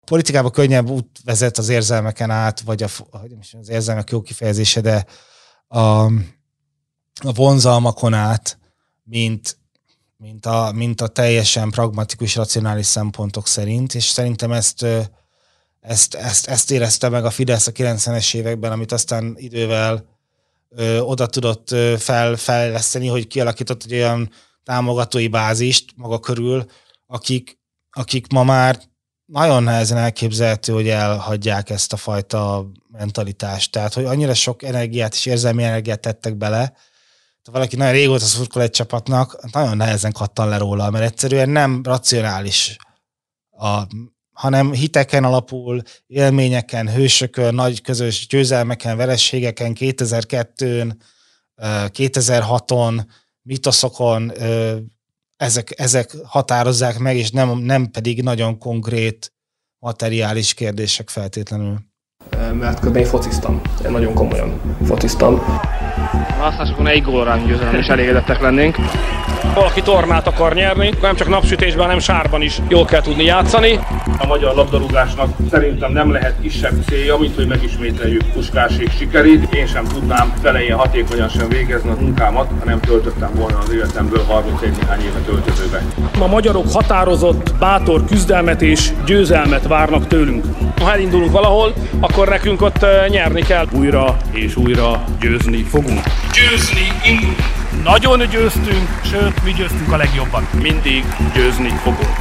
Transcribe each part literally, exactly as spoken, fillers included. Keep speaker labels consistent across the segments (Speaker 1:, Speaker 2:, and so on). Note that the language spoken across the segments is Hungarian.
Speaker 1: politikába könnyebb út vezet az érzelmeken át, vagy a, az érzelmek jó kifejezése, de a, a vonzalmakon át, mint, mint, a, mint a teljesen pragmatikus, racionális szempontok szerint, és szerintem ezt, ezt, ezt, ezt érezte meg a Fidesz a kilencvenes években, amit aztán idővel ö, oda tudott ö, fel, fejleszteni, hogy kialakított egy olyan támogatói bázist maga körül, akik, akik ma már nagyon nehezen elképzelhető, hogy elhagyják ezt a fajta mentalitást. Tehát, hogy annyira sok energiát és érzelmi energiát tettek bele, ha valaki nagyon régóta szurkol egy csapatnak, nagyon nehezen kattan le róla, mert egyszerűen nem racionális, a, hanem hiteken alapul, élményeken, hősökön, nagy közös győzelmeken, vereségeken, kétezer-kettőn, kétezer-haton, mitoszokon, ezek, ezek határozzák meg, és nem, nem pedig nagyon konkrét materiális kérdések feltétlenül.
Speaker 2: Mert közben én fociztam, én nagyon komolyan fociztam.
Speaker 3: A választásokon egy gólrányi győzelem is elégedettek lennénk. Valaki tornát akar nyerni, nem csak napsütésben, hanem sárban is jól kell tudni játszani.
Speaker 4: A magyar labdarúgásnak szerintem nem lehet kisebb célja, mint hogy megismételjük Puskásék sikerét. Én sem tudnám felején hatékonyan sem végezni a munkámat, ha nem töltöttem volna az életemből harmincegy néhány évet öltözőbe.
Speaker 2: A magyarok határozott, bátor küzdelmet és győzelmet várnak tőlünk.
Speaker 3: Ha elindulunk valahol, akkor nekünk ott nyerni kell.
Speaker 2: Újra és újra győzni fogunk.
Speaker 4: Győzni indulunk!
Speaker 2: Nagyon győztünk, sőt, mi győztünk a legjobban.
Speaker 3: Mindig győzni fogunk.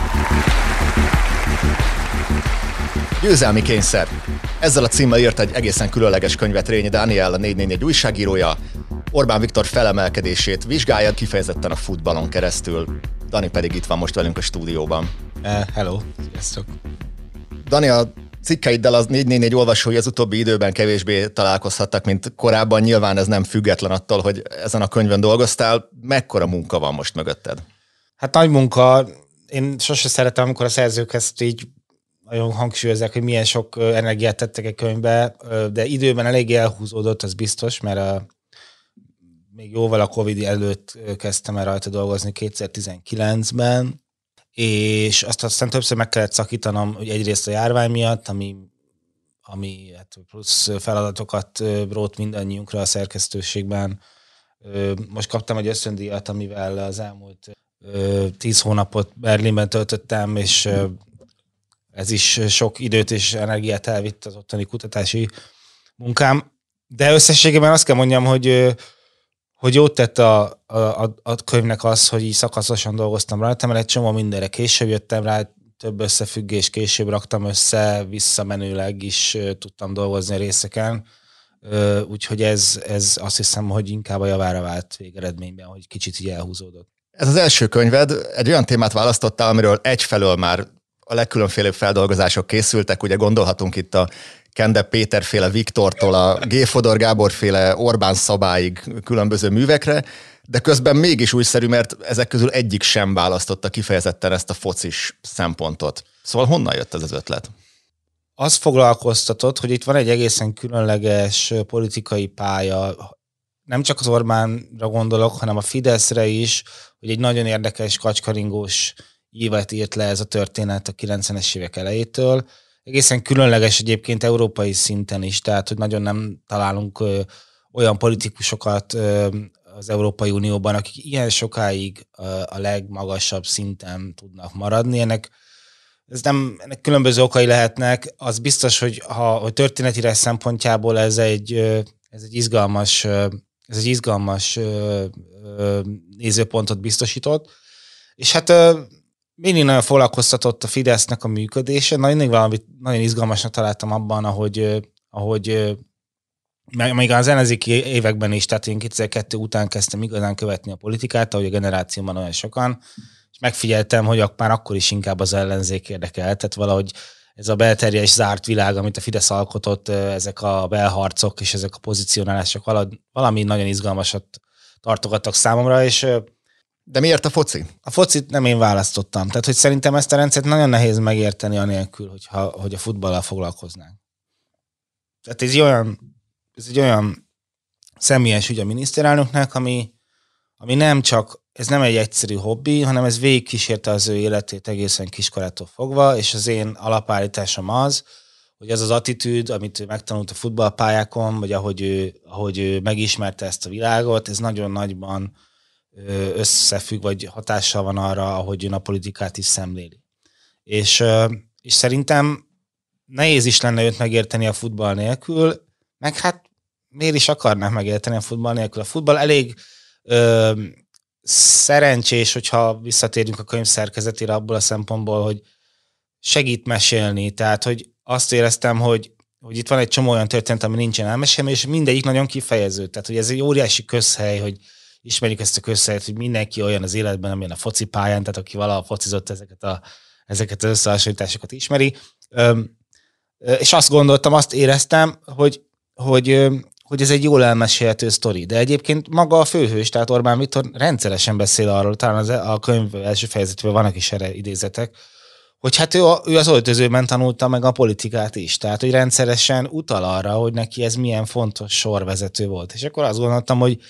Speaker 5: Győzelmi kényszer. Ezzel a címmel írt egy egészen különleges könyvet Rényi Dániel, a négy négy négy újságírója. Orbán Viktor felemelkedését vizsgálja kifejezetten a futballon keresztül. Dani pedig itt van most velünk a stúdióban.
Speaker 1: Uh, hello, sziasztok.
Speaker 5: Dani, a cikkeiddel az négy négy négy olvasói az utóbbi időben kevésbé találkozhattak, mint korábban. Nyilván ez nem független attól, hogy ezen a könyvön dolgoztál. Mekkora munka van most mögötted?
Speaker 1: Hát nagy munka. Én sose szeretem, amikor a szerzők ezt így nagyon hangsúlyozzák, hogy milyen sok energiát tettek a könyvbe, de időben eléggé elhúzódott, az biztos, mert a, még jóval a Covid előtt kezdtem el rajta dolgozni kétezer-tizenkilencben, és azt aztán többször meg kellett szakítanom, hogy egyrészt a járvány miatt, ami, ami hát plusz feladatokat rótt mindannyiunkra a szerkesztőségben. Most kaptam egy ösztöndíjat, amivel az elmúlt tíz hónapot Berlinben töltöttem, és ez is sok időt és energiát elvitt az ottani kutatási munkám. De összességében azt kell mondjam, hogy hogy jót tett a, a, a könyvnek az, hogy így szakaszosan dolgoztam rajta, mert egy csomó mindenre később jöttem rá, több összefüggés később raktam össze, visszamenőleg is tudtam dolgozni a részeken, úgyhogy ez, ez azt hiszem, hogy inkább a javára vált végeredményben, hogy kicsit így elhúzódott.
Speaker 5: Ez az első könyved, egy olyan témát választottál, amiről egyfelől már a legkülönfélebb feldolgozások készültek, ugye gondolhatunk itt a Kende Péter féle Viktortól a G. Fodor Gábor féle Orbán Szabáig különböző művekre, de közben mégis újszerű, mert ezek közül egyik sem választotta kifejezetten ezt a focis szempontot. Szóval honnan jött ez az ötlet?
Speaker 1: Az foglalkoztatott, hogy itt van egy egészen különleges politikai pálya, nem csak az Orbánra gondolok, hanem a Fideszre is, hogy egy nagyon érdekes kacskaringós ívet írt le ez a történet a kilencvenes évek elejétől. Egészen különleges egyébként európai szinten is, tehát hogy nagyon nem találunk ö, olyan politikusokat ö, az Európai Unióban, akik ilyen sokáig ö, a legmagasabb szinten tudnak maradni. Ennek, ez nem, ennek különböző okai lehetnek. Az biztos, hogy ha hogy történetírás szempontjából ez egy, ö, ez egy izgalmas, ö, ez egy izgalmas ö, ö, nézőpontot biztosított. És hát ö, mindig nagyon foglalkoztatott a Fidesznek a működése. Na, mindig valamit nagyon izgalmasnak találtam abban, ahogy, ahogy még az ellenzéki években is, tehát én kétezer-kettő után kezdtem igazán követni a politikát, ahogy a generációban olyan sokan, és megfigyeltem, hogy már akkor is inkább az ellenzék érdekel. Tehát valahogy ez a belterjes zárt világ, amit a Fidesz alkotott, ezek a belharcok és ezek a pozícionálások valami nagyon izgalmasat tartogattak számomra, és
Speaker 5: de miért a foci?
Speaker 1: A focit nem én választottam. Tehát, hogy szerintem ezt a rendszert nagyon nehéz megérteni anélkül, hogyha, hogy a futballal foglalkoznánk. Tehát ez egy olyan, ez egy olyan személyes ügy a miniszterelnöknek, ami, ami nem csak ez nem egy egyszerű hobbi, hanem ez végigkísérte az ő életét egészen kiskorától fogva, és az én alapállításom az, hogy az az attitűd, amit ő megtanult a futballpályákon, vagy ahogy ő, ahogy ő megismerte ezt a világot, ez nagyon nagyban összefügg, vagy hatással van arra, ahogy ön a politikát is szemléli. És, és szerintem nehéz is lenne őt megérteni a futball nélkül, meg hát miért is akarnák megérteni a futball nélkül? A futball elég ö, szerencsés, hogyha visszatérünk a könyv szerkezetére abból a szempontból, hogy segít mesélni, tehát hogy azt éreztem, hogy, hogy itt van egy csomó olyan történet, ami nincsen elmesélve, és mindegyik nagyon kifejező. Tehát, hogy ez egy óriási közhely, hogy ismerjük ezt a közhelyet, hogy mindenki olyan az életben, amilyen a focipályán, tehát aki valaha focizott, ezeket, a, ezeket az összehasonlításokat ismeri. Öm, és azt gondoltam, azt éreztem, hogy, hogy, hogy ez egy jól elmesélhető sztori. De egyébként maga a főhős, tehát Orbán Viktor rendszeresen beszél arról, talán az, a könyv első fejezetében vannak is erre idézetek, hogy hát ő, ő az öltözőben tanulta meg a politikát is. Tehát, hogy rendszeresen utal arra, hogy neki ez milyen fontos sorvezető volt. És akkor azt gondoltam, hogy,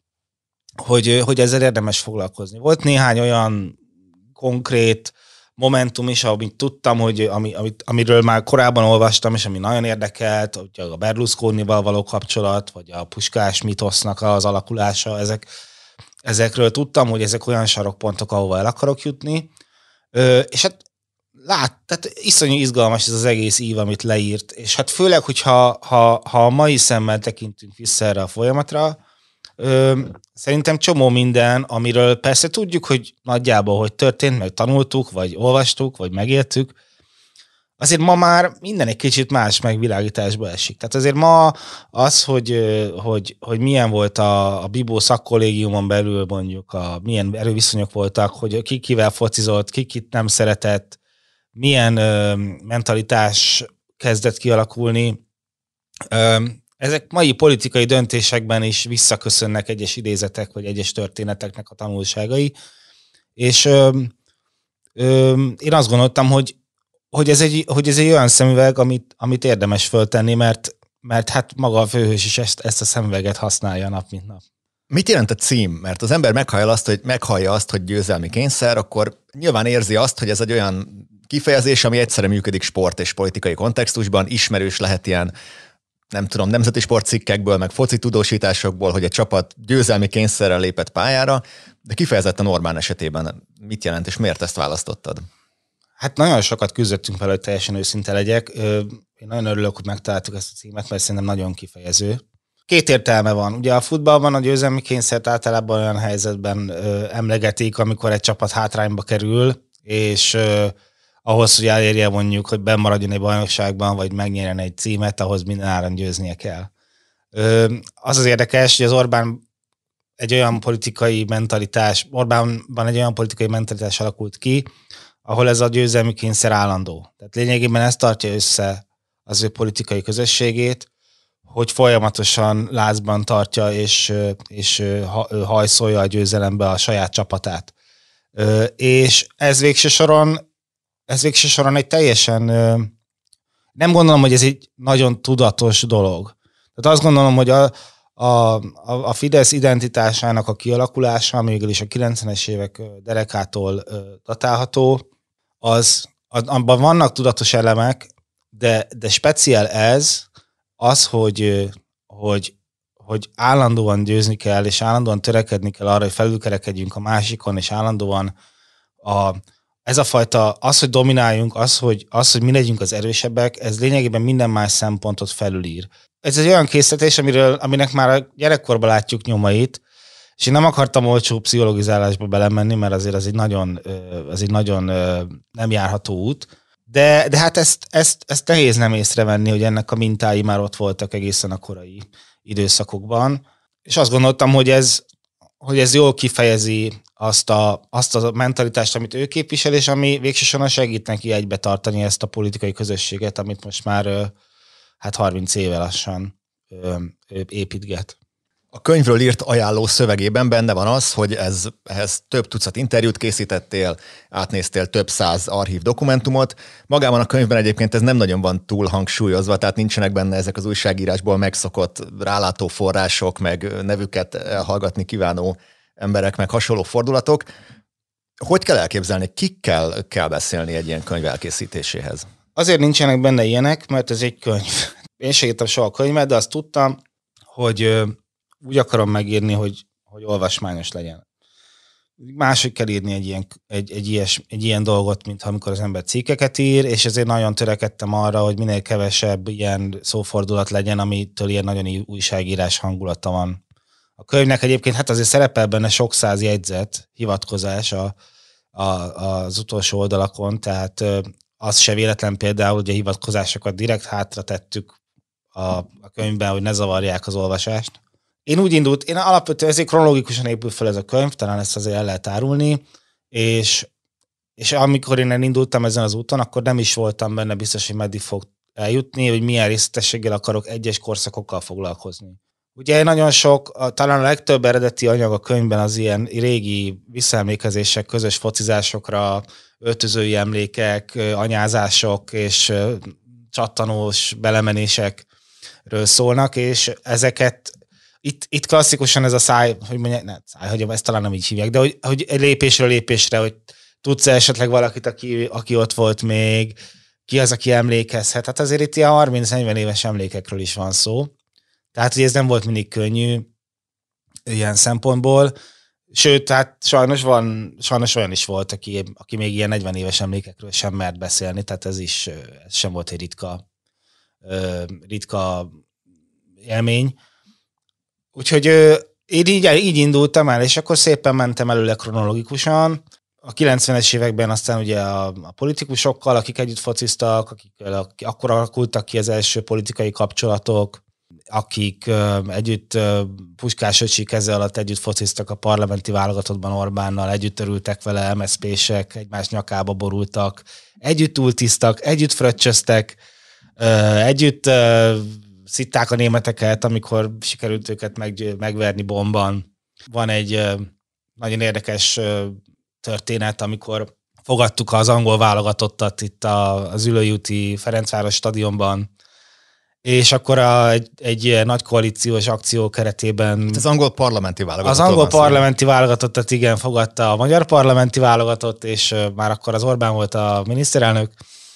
Speaker 1: hogy, hogy ezzel érdemes foglalkozni. Volt néhány olyan konkrét momentum is, amit tudtam, hogy ami, amit, amiről már korábban olvastam, és ami nagyon érdekelt, hogy a Berlusconival való kapcsolat, vagy a Puskás mitosznak az alakulása, ezek, ezekről tudtam, hogy ezek olyan sarokpontok, ahova el akarok jutni. Ö, és hát lát, tehát iszonyú izgalmas ez az egész ív, amit leírt, és hát főleg, hogyha ha, ha a mai szemmel tekintünk vissza erre a folyamatra, Ö, szerintem csomó minden, amiről persze tudjuk, hogy nagyjából hogy történt, meg tanultuk, vagy olvastuk, vagy megéltük, azért ma már minden egy kicsit más megvilágításba esik. Tehát azért ma az, hogy, hogy, hogy milyen volt a, a Bibó szakkollégiumon belül mondjuk, a, milyen erőviszonyok voltak, hogy ki kivel focizott, ki kit nem szeretett, milyen ö, mentalitás kezdett kialakulni. Ö, Ezek mai politikai döntésekben is visszaköszönnek egyes idézetek, vagy egyes történeteknek a tanulságai. És ö, ö, én azt gondoltam, hogy, hogy, ez egy, hogy ez egy olyan szemüveg, amit, amit érdemes föltenni, mert, mert hát maga a főhős is ezt, ezt a szemüveget használja nap, mint nap.
Speaker 5: Mit jelent a cím? Mert az ember meghallja azt, hogy, meghallja azt, hogy győzelmi kényszer, akkor nyilván érzi azt, hogy ez egy olyan kifejezés, ami egyszerre működik sport és politikai kontextusban, ismerős lehet ilyen, nem tudom, nemzeti sportcikkekből, meg foci tudósításokból, hogy egy csapat győzelmi kényszerrel lépett pályára, de kifejezetten Orbán esetében mit jelent, és miért ezt választottad?
Speaker 1: Hát nagyon sokat küzdöttünk vele, hogy teljesen őszinte legyek. Én nagyon örülök, hogy megtaláltuk ezt a címet, mert szerintem nagyon kifejező. Két értelme van. Ugye a futballban a győzelmi kényszert általában olyan helyzetben emlegetik, amikor egy csapat hátrányba kerül, és ahhoz, hogy elérje mondjuk, hogy bennmaradjon egy bajnokságban, vagy megnyerjen egy címet, ahhoz minden áron győznie kell. Az az érdekes, hogy az Orbán egy olyan politikai mentalitás, Orbánban egy olyan politikai mentalitás alakult ki, ahol ez a győzelmi kényszer állandó. Tehát lényegében ez tartja össze az ő politikai közösségét, hogy folyamatosan lázban tartja és, és hajszolja a győzelembe a saját csapatát. És ez végső soron Ez végső soron egy teljesen, nem gondolom, hogy ez egy nagyon tudatos dolog. Tehát azt gondolom, hogy a, a, a Fidesz identitásának a kialakulása, ami végül is a kilencvenes évek derekától datálható, az, abban vannak tudatos elemek, de, de speciál ez az, hogy, hogy, hogy állandóan győzni kell, és állandóan törekedni kell arra, hogy felülkerekedjünk a másikon, és állandóan a Ez a fajta, az, hogy domináljunk, az, hogy, az, hogy mi legyünk az erősebbek, ez lényegében minden más szempontot felülír. Ez egy olyan készítés, amiről, aminek már a gyerekkorban látjuk nyomait, és én nem akartam olcsó pszichologizálásba belemenni, mert azért az egy nagyon, az egy nagyon nem járható út. De, de hát ezt, ezt, ezt nehéz nem észrevenni, hogy ennek a mintái már ott voltak egészen a korai időszakokban. És azt gondoltam, hogy ez, hogy ez jól kifejezi azt a, azt a mentalitást, amit ő képvisel, és ami végsősorban segít neki egybe tartani ezt a politikai közösséget, amit most már hát harminc éve lassan építget.
Speaker 5: A könyvről írt ajánló szövegében benne van az, hogy ez, ehhez több tucat interjút készítettél, átnéztél több száz archív dokumentumot. Magában a könyvben egyébként ez nem nagyon van túl hangsúlyozva, tehát nincsenek benne ezek az újságírásból megszokott rálátó források, meg nevüket hallgatni kívánó emberek, meg hasonló fordulatok. Hogy kell elképzelni, kikkel kell beszélni egy ilyen könyv elkészítéséhez?
Speaker 1: Azért nincsenek benne ilyenek, mert ez egy könyv. Én sem írtam soha a könyvet, de azt tudtam, hogy úgy akarom megírni, hogy, hogy olvasmányos legyen. Máshogy kell írni egy ilyen, egy, egy, ilyes, egy ilyen dolgot, mint amikor az ember cikkeket ír, és ezért nagyon törekedtem arra, hogy minél kevesebb ilyen szófordulat legyen, amitől ilyen nagyon újságírás hangulata van. A könyvnek egyébként hát azért szerepel benne sok száz jegyzet, hivatkozás a, a, az utolsó oldalakon, tehát az se véletlen például, hogy a hivatkozásokat direkt hátra tettük a, a könyvben, hogy ne zavarják az olvasást. Én úgy indult, én alapvetően ezért kronológikusan épül fel ez a könyv, talán ezt azért el lehet árulni, és, és amikor én elindultam ezen az úton, akkor nem is voltam benne biztos, hogy meddig fog eljutni, hogy milyen részletességgel akarok egyes korszakokkal foglalkozni. Ugye nagyon sok, talán a legtöbb eredeti anyag a könyvben az ilyen régi visszaemlékezések, közös focizásokra, öltözői emlékek, anyázások és csattanós belemenésekről szólnak, és ezeket Itt, itt klasszikusan ez a száj, hogy mondják, ne, szájhagyom, ezt talán nem így hívják, de hogy, hogy lépésről lépésre, hogy tudsz esetleg valakit, aki, aki ott volt még, ki az, aki emlékezhet. Hát azért itt ilyen harminc-negyven éves emlékekről is van szó. Tehát, hogy ez nem volt mindig könnyű ilyen szempontból. Sőt, tehát sajnos van, sajnos olyan is volt, aki, aki még ilyen negyven éves emlékekről sem mert beszélni, tehát ez is ez sem volt egy ritka, ritka élmény. Úgyhogy én így, így indultam el, és akkor szépen mentem előle kronológikusan. A kilencvenes években aztán ugye a, a politikusokkal, akik együtt fociztak, akikkel akkor alakultak ki az első politikai kapcsolatok, akik együtt Puskás öcsi keze alatt együtt fociztak a parlamenti válogatottban Orbánnal, együtt örültek vele, em es zé pések, egymás nyakába borultak, együtt ultiztak, együtt fröccsöztek, együtt szitták a németeket, amikor sikerült őket meg, megverni bomban. Van egy nagyon érdekes történet, amikor fogadtuk az angol válogatottat itt az Üllői úti Ferencváros stadionban, és akkor a, egy, egy nagy koalíciós akció keretében...
Speaker 5: Az angol parlamenti válogatott.
Speaker 1: Az angol parlamenti válogatottat igen fogadta a magyar parlamenti válogatott, és már akkor az Orbán volt a miniszterelnök,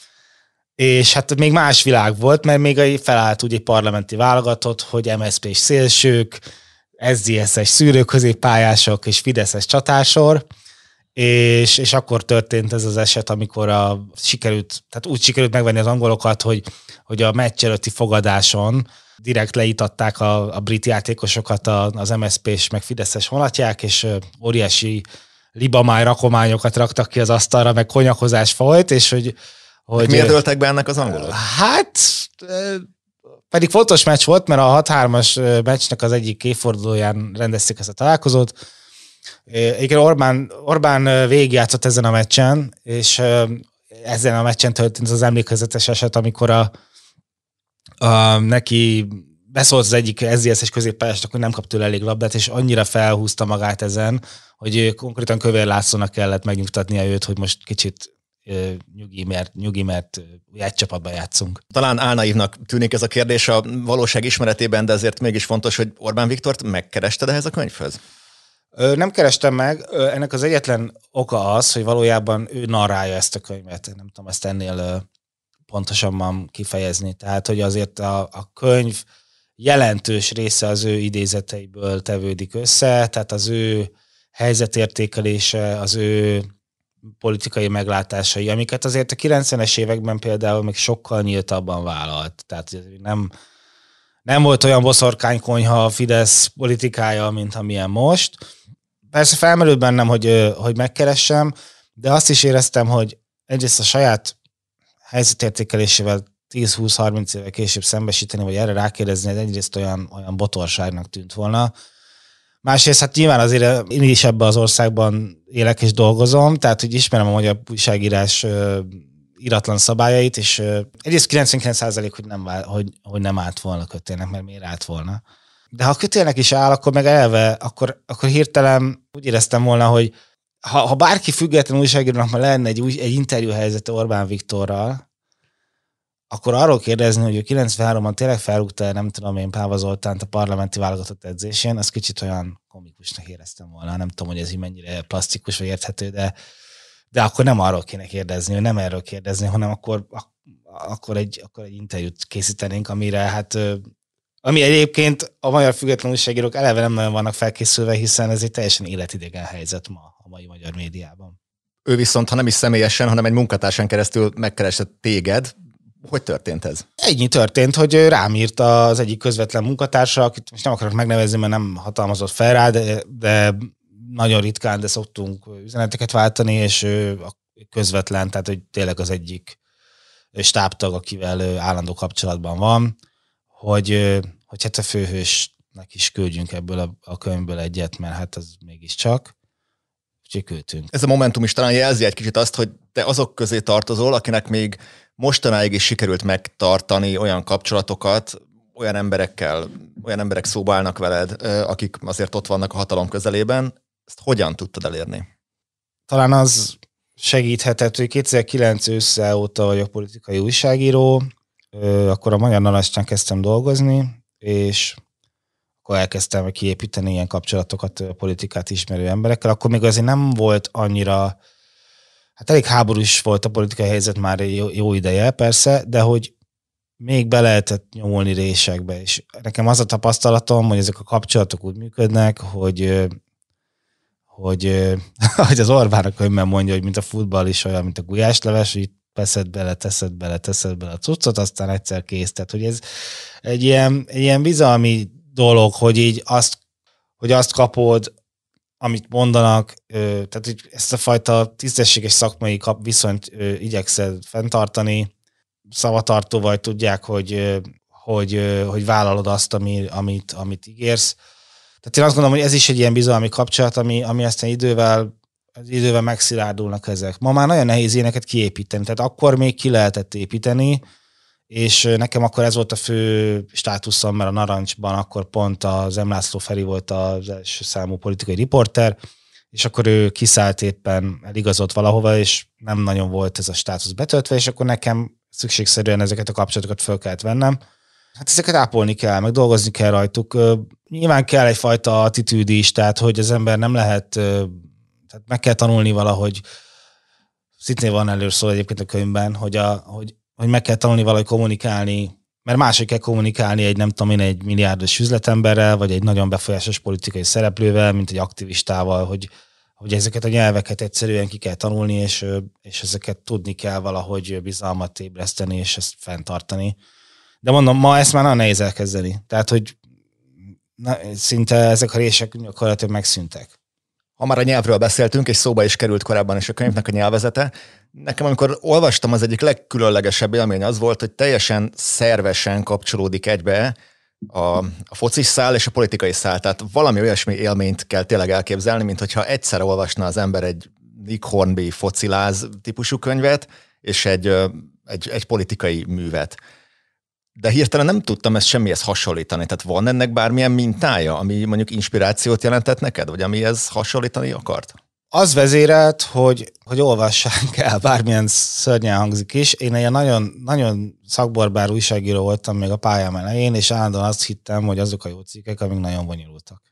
Speaker 1: és hát még más világ volt, mert még felállt úgy egy parlamenti válogatott, hogy em es zé pés szélsők, es zé es-es szűrőközéppályások és fideszes csatásor, és, és akkor történt ez az eset, amikor a, sikerült, tehát úgy sikerült megvenni az angolokat, hogy, hogy a meccs előtti fogadáson direkt leítatták a, a brit játékosokat az em es zé pés meg fideszes honlatják, és óriási libamáj rakományokat raktak ki az asztalra, meg konyakozás folyt, és hogy Hogy,
Speaker 5: miért döltek be ennek az angolok?
Speaker 1: Hát, pedig fontos meccs volt, mert a hat hármas meccsnek az egyik évfordulóján rendezték ezt a találkozót. Igen, Orbán, Orbán végigjátszott ezen a meccsen, és ezen a meccsen történt az emlékezetes eset, amikor a, a, neki beszólt az egyik es zé es-es középpályást, akkor nem kap tőle elég labdát, és annyira felhúzta magát ezen, hogy konkrétan Kövér Lászlónak kellett megnyugtatnia őt, hogy most kicsit nyugi, mert, nyugi, mert egy csapatban játszunk.
Speaker 5: Talán álnaívnak tűnik ez a kérdés a valóság ismeretében, de ezért mégis fontos, hogy Orbán Viktort megkerested ehhez a könyvhöz?
Speaker 1: Nem kerestem meg. Ennek az egyetlen oka az, hogy valójában ő narrálja ezt a könyvet. Nem tudom ezt ennél pontosabban kifejezni. Tehát, hogy azért a, a könyv jelentős része az ő idézeteiből tevődik össze, tehát az ő helyzetértékelése, az ő politikai meglátásai, amiket azért a kilencvenes években például még sokkal nyíltabban vállalt. Tehát nem, nem volt olyan boszorkánykonyha a Fidesz politikája, mint amilyen most. Persze felmerült bennem, hogy, hogy megkeressem, de azt is éreztem, hogy egyrészt a saját helyzetértékelésével tíz-húsz-harminc éve később szembesíteni, vagy erre rákérdezni, ez egyrészt olyan, olyan botorságnak tűnt volna. Másrészt hát nyilván azért én is ebben az országban élek és dolgozom, tehát hogy ismerem a magyar újságírás iratlan szabályait, és egyrészt kilencvenkilenc százalék, hogy nem, hogy, hogy nem állt volna kötélnek, mert miért állt volna. De ha kötélnek is áll, akkor meg elve, akkor, akkor hirtelen úgy éreztem volna, hogy ha, ha bárki független újságírónak már lenne egy, egy interjú helyzete Orbán Viktorral, akkor arról kérdezni, hogy ő kilencvenháromban tényleg felrúgta, nem tudom én, Páva Zoltánt a parlamenti válogatott edzésén, az kicsit olyan komikusnak éreztem volna. Nem tudom, hogy ez így mennyire plastikus vagy érthető, de, de akkor nem arról kéne kérdezni, nem erről kérdezni, hanem akkor, akkor, egy, akkor egy interjút készítenénk, amire hát, ami egyébként a magyar független újságírók eleve nem nagyon vannak felkészülve, hiszen ez egy teljesen életidegen helyzet ma a mai magyar médiában.
Speaker 5: Ő viszont, ha nem is személyesen, hanem egy munkatársán keresztül megkeresett téged. Hogy történt ez?
Speaker 1: Ennyi történt, hogy rám írt az egyik közvetlen munkatársa, akit most nem akarok megnevezni, mert nem hatalmazott fel rá, de, de nagyon ritkán, de szoktunk üzeneteket váltani, és ő közvetlen, tehát hogy tényleg az egyik stábtag, akivel állandó kapcsolatban van, hogy, hogy hát a főhősnek is küldjünk ebből a, a könyvből egyet, mert hát az mégiscsak. Úgyhogy küldtünk.
Speaker 5: Ez a Momentum is talán jelzi egy kicsit azt, hogy te azok közé tartozol, akinek még mostanáig is sikerült megtartani olyan kapcsolatokat, olyan emberekkel, olyan emberek szóba állnak veled, akik azért ott vannak a hatalom közelében. Ezt hogyan tudtad elérni?
Speaker 1: Talán az segíthetett, hogy kétezer-kilenc ősszel óta vagyok politikai újságíró, akkor a Magyar Narancstán kezdtem dolgozni, és akkor elkezdtem kiépíteni ilyen kapcsolatokat politikát ismerő emberekkel. Akkor még azért nem volt annyira, hát elég háborús volt a politikai helyzet már jó, jó ideje, persze, de hogy még be lehetett nyomulni résekbe, és nekem az a tapasztalatom, hogy ezek a kapcsolatok úgy működnek, hogy hogy, hogy az Orbán a könyvben mondja, hogy mint a futball is olyan, mint a gulyásleves, hogy teszed bele, teszed bele, teszed bele a cuccot, aztán egyszer kész. Tehát, hogy ez egy ilyen, egy ilyen bizalmi dolog, hogy így azt, hogy azt kapod, amit mondanak, tehát hogy ezt a fajta tisztességes szakmai kap, viszonyt igyekszel fenntartani, szavatartó vagy, tudják, hogy, hogy, hogy vállalod azt, ami, amit, amit ígérsz. Tehát én azt gondolom, hogy ez is egy ilyen bizalmi kapcsolat, ami, ami aztán idővel, az idővel megszilárdulnak ezek. Ma már nagyon nehéz ilyeneket kiépíteni, tehát akkor még ki lehetett építeni, és nekem akkor ez volt a fő státuszom, mert a Narancsban akkor pont az M. László Feri volt az első számú politikai riporter, és akkor ő kiszállt éppen, eligazodt valahova, és nem nagyon volt ez a státusz betöltve, és akkor nekem szükségszerűen ezeket a kapcsolatokat föl kellett vennem. Hát ezeket ápolni kell, meg dolgozni kell rajtuk. Nyilván kell egyfajta attitűd is, tehát hogy az ember nem lehet, tehát meg kell tanulni valahogy, szintén van először szó egyébként a könyvben, hogy, a, hogy, hogy meg kell tanulni valahogy kommunikálni, mert máshogy kell kommunikálni egy, nem tudom én, egy milliárdos üzletemberrel, vagy egy nagyon befolyásos politikai szereplővel, mint egy aktivistával, hogy, hogy ezeket a nyelveket egyszerűen ki kell tanulni, és, és ezeket tudni kell valahogy bizalmat ébreszteni, és ezt fenntartani. De mondom, ma ezt már nagyon nehéz elkezdeni. Tehát, hogy na, szinte ezek a rések gyakorlatilag megszűntek.
Speaker 5: Ha már a nyelvről beszéltünk, és szóba is került korábban is a könyvnek a nyelvezete, nekem amikor olvastam, az egyik legkülönlegesebb élmény az volt, hogy teljesen szervesen kapcsolódik egybe a, a focis szál és a politikai szál. Tehát valami olyasmi élményt kell tényleg elképzelni, mint hogyha egyszer olvasna az ember egy Nick Hornby fociláz típusú könyvet, és egy, egy, egy politikai művet. De hirtelen nem tudtam ezt semmihez hasonlítani. Tehát van ennek bármilyen mintája, ami mondjuk inspirációt jelentett neked, vagy amihez hasonlítani akart?
Speaker 1: Az vezérelt, hogy, hogy olvassák el, bármilyen szörnyen hangzik is. Én ilyen nagyon, nagyon szakbarbár újságíró voltam még a pályám elején, és állandóan azt hittem, hogy azok a jó cikkek, amik nagyon bonyolultak.